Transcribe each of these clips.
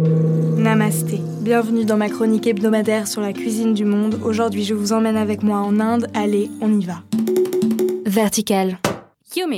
Namasté, bienvenue dans ma chronique hebdomadaire sur la cuisine du monde. Aujourd'hui, je vous emmène avec moi en Inde. Allez, on y va. Vertical. Yummy.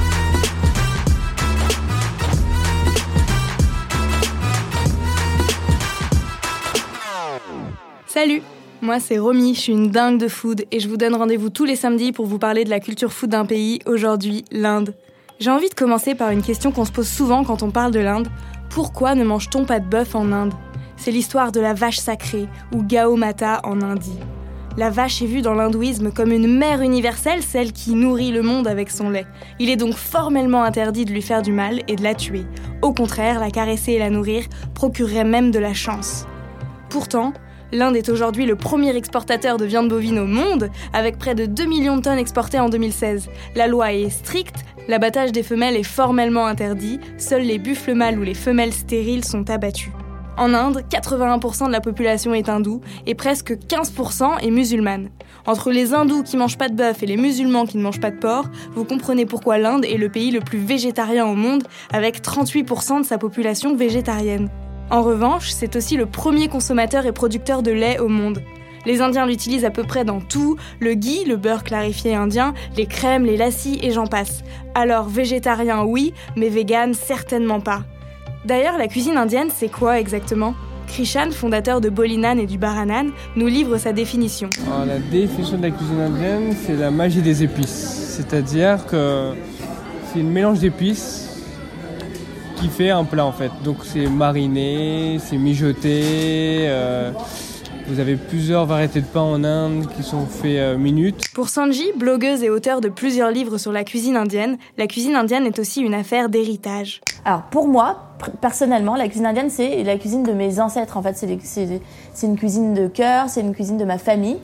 Salut, moi c'est Romy, je suis une dingue de food et je vous donne rendez-vous tous les samedis pour vous parler de la culture food d'un pays, aujourd'hui l'Inde. J'ai envie de commencer par une question qu'on se pose souvent quand on parle de l'Inde. Pourquoi ne mange-t-on pas de bœuf en Inde ? C'est l'histoire de la vache sacrée, ou Gau Mata en Indie. La vache est vue dans l'hindouisme comme une mère universelle, celle qui nourrit le monde avec son lait. Il est donc formellement interdit de lui faire du mal et de la tuer. Au contraire, la caresser et la nourrir procurerait même de la chance. Pourtant, l'Inde est aujourd'hui le premier exportateur de viande bovine au monde, avec près de 2 millions de tonnes exportées en 2016. La loi est stricte, l'abattage des femelles est formellement interdit, seuls les buffles mâles ou les femelles stériles sont abattus. En Inde, 81% de la population est hindoue et presque 15% est musulmane. Entre les hindous qui mangent pas de bœuf et les musulmans qui ne mangent pas de porc, vous comprenez pourquoi l'Inde est le pays le plus végétarien au monde, avec 38% de sa population végétarienne. En revanche, c'est aussi le premier consommateur et producteur de lait au monde. Les Indiens l'utilisent à peu près dans tout, le ghee, le beurre clarifié indien, les crèmes, les lassis et j'en passe. Alors végétarien oui, mais vegan certainement pas. D'ailleurs, la cuisine indienne, c'est quoi exactement ? Krishan, fondateur de Bollinan et du Baranan, nous livre sa définition. Alors, la définition de la cuisine indienne, c'est la magie des épices. C'est-à-dire que c'est un mélange d'épices qui fait un plat en fait. Donc c'est mariné, c'est mijoté. Vous avez plusieurs variétés de pain en Inde qui sont faits minutes. Pour Sanji, blogueuse et auteure de plusieurs livres sur la cuisine indienne est aussi une affaire d'héritage. Alors pour moi, personnellement, la cuisine indienne, c'est la cuisine de mes ancêtres. En fait, c'est une cuisine de cœur, c'est une cuisine de ma famille.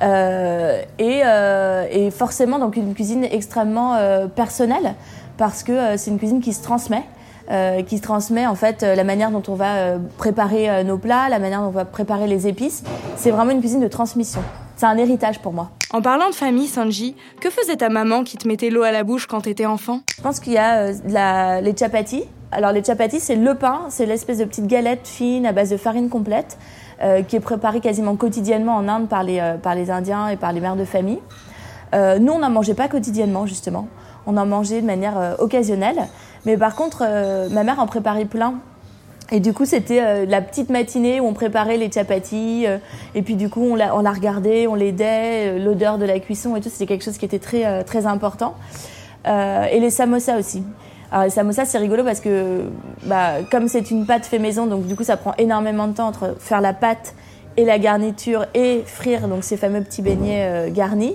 Et forcément, donc une cuisine extrêmement personnelle, parce que c'est une cuisine qui se transmet. En fait la manière dont on va préparer nos plats, la manière dont on va préparer les épices. C'est vraiment une cuisine de transmission. C'est un héritage pour moi. En parlant de famille, Sanji, que faisait ta maman qui te mettait l'eau à la bouche quand t'étais enfant ? Je pense qu'il y a les chapatis. Alors les chapatis, c'est le pain, c'est l'espèce de petite galette fine à base de farine complète qui est préparée quasiment quotidiennement en Inde par les Indiens et par les mères de famille. Nous, on n'en mangeait pas quotidiennement, justement. On en mangeait de manière occasionnelle. Mais par contre, ma mère en préparait plein. Et du coup, c'était la petite matinée où on préparait les chapatis. Et puis du coup, on la regardait, on l'aidait. L'odeur de la cuisson et tout, c'était quelque chose qui était très, très important. Et les samosas aussi. Alors les samosas, c'est rigolo parce que comme c'est une pâte fait maison, donc du coup, ça prend énormément de temps entre faire la pâte et la garniture et frire donc ces fameux petits beignets garnis.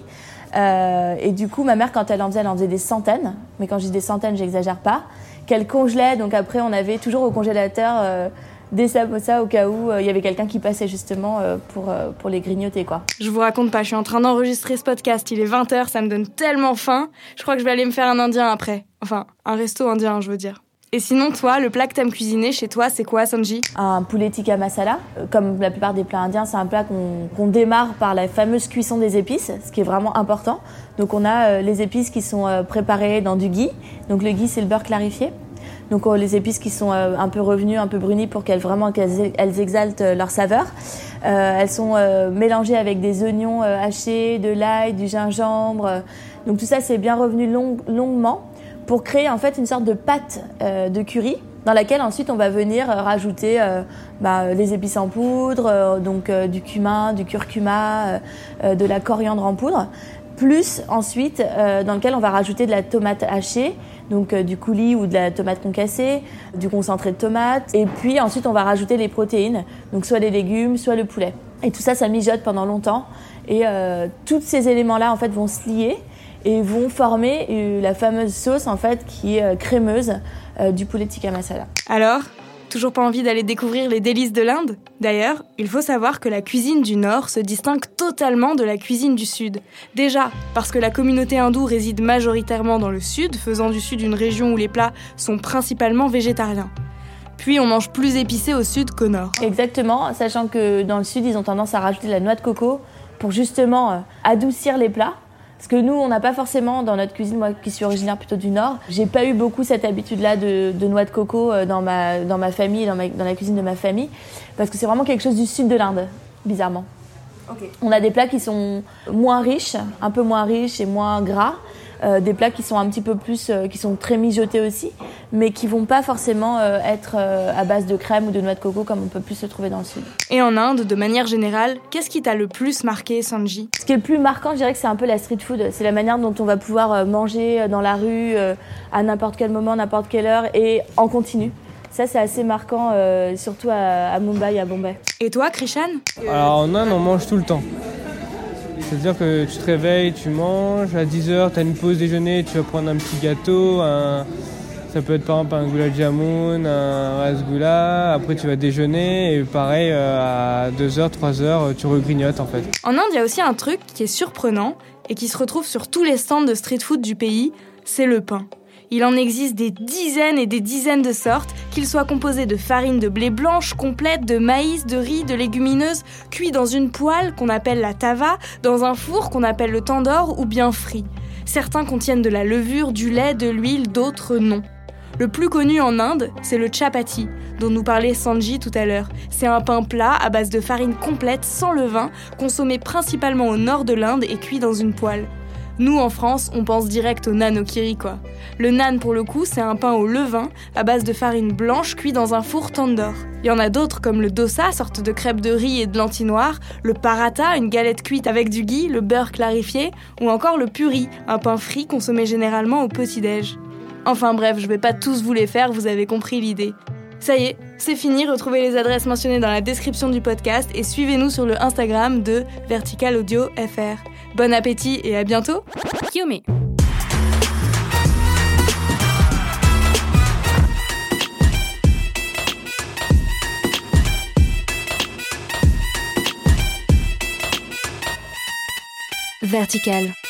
Et du coup, ma mère, quand elle en faisait des centaines. Mais quand je dis des centaines, j'exagère pas. Qu'elle congelait. Donc après, on avait toujours au congélateur des samosas au cas où il y avait quelqu'un qui passait justement pour les grignoter, quoi. Je vous raconte pas, je suis en train d'enregistrer ce podcast. Il est 20h, ça me donne tellement faim. Je crois que je vais aller me faire un indien après. Enfin, un resto indien, je veux dire. Et sinon, toi, le plat que t'aimes cuisiner chez toi, c'est quoi, Sanji ? Un poulet tikka masala. Comme la plupart des plats indiens, c'est un plat qu'on démarre par la fameuse cuisson des épices, ce qui est vraiment important. Donc on a les épices qui sont préparées dans du ghee. Donc le ghee, c'est le beurre clarifié. Donc les épices qui sont un peu revenues, un peu brunies pour qu'elles exaltent leur saveur. Elles sont mélangées avec des oignons hachés, de l'ail, du gingembre. Donc tout ça, c'est bien revenu longuement, pour créer en fait une sorte de pâte de curry dans laquelle ensuite on va venir rajouter les épices en poudre, donc du cumin, du curcuma, de la coriandre en poudre, plus ensuite dans lequel on va rajouter de la tomate hachée, donc du coulis ou de la tomate concassée, du concentré de tomate, et puis ensuite on va rajouter les protéines, donc soit les légumes, soit le poulet. Et tout ça, ça mijote pendant longtemps, et tous ces éléments-là en fait vont se lier et vont former la fameuse sauce en fait qui est crémeuse du poulet tikka masala. Alors, toujours pas envie d'aller découvrir les délices de l'Inde ? D'ailleurs, il faut savoir que la cuisine du Nord se distingue totalement de la cuisine du Sud. Déjà, parce que la communauté hindoue réside majoritairement dans le Sud, faisant du Sud une région où les plats sont principalement végétariens. Puis on mange plus épicé au Sud qu'au Nord. Exactement, sachant que dans le Sud, ils ont tendance à rajouter de la noix de coco pour justement adoucir les plats. Ce que nous, on n'a pas forcément dans notre cuisine, moi qui suis originaire plutôt du Nord. J'ai pas eu beaucoup cette habitude-là de noix de coco dans ma famille, dans la cuisine de ma famille, parce que c'est vraiment quelque chose du sud de l'Inde, bizarrement. Okay. On a des plats qui sont moins riches, un peu moins riches et moins gras. Des plats qui sont un petit peu plus, qui sont très mijotés aussi, mais qui vont pas forcément être à base de crème ou de noix de coco comme on peut plus se trouver dans le sud. Et en Inde, de manière générale, qu'est-ce qui t'a le plus marqué, Sanji ? Ce qui est le plus marquant, je dirais que c'est un peu la street food. C'est la manière dont on va pouvoir manger dans la rue à n'importe quel moment, n'importe quelle heure et en continu. Ça, c'est assez marquant, surtout à Mumbai, à Bombay. Et toi, Krishan ? Alors en Inde, on mange tout le temps. C'est-à-dire que tu te réveilles, tu manges, à 10h, tu as une pause déjeuner, tu vas prendre un petit gâteau, ça peut être par exemple un gulab jamun, un rasgoula, après tu vas déjeuner et pareil, à 2h, 3h, tu regrignotes en fait. En Inde, il y a aussi un truc qui est surprenant et qui se retrouve sur tous les stands de street food du pays, c'est le pain. Il en existe des dizaines et des dizaines de sortes, qu'ils soient composés de farine de blé blanche complète, de maïs, de riz, de légumineuses, cuits dans une poêle qu'on appelle la tava, dans un four qu'on appelle le tandoor ou bien frits. Certains contiennent de la levure, du lait, de l'huile, d'autres non. Le plus connu en Inde, c'est le chapati, dont nous parlait Sanji tout à l'heure. C'est un pain plat à base de farine complète sans levain, consommé principalement au nord de l'Inde et cuit dans une poêle. Nous, en France, on pense direct au naan au kiri, quoi. Le naan, pour le coup, c'est un pain au levain, à base de farine blanche cuit dans un four tandoor. Il y en a d'autres comme le dosa, sorte de crêpe de riz et de lentilles noires, le paratha, une galette cuite avec du ghee, le beurre clarifié, ou encore le puri, un pain frit consommé généralement au petit-déj. Enfin bref, je vais pas tous vous les faire, vous avez compris l'idée. Ça y est, c'est fini, retrouvez les adresses mentionnées dans la description du podcast et suivez-nous sur le Instagram de Vertical Audio FR. Bon appétit et à bientôt. Kiyome. Vertical.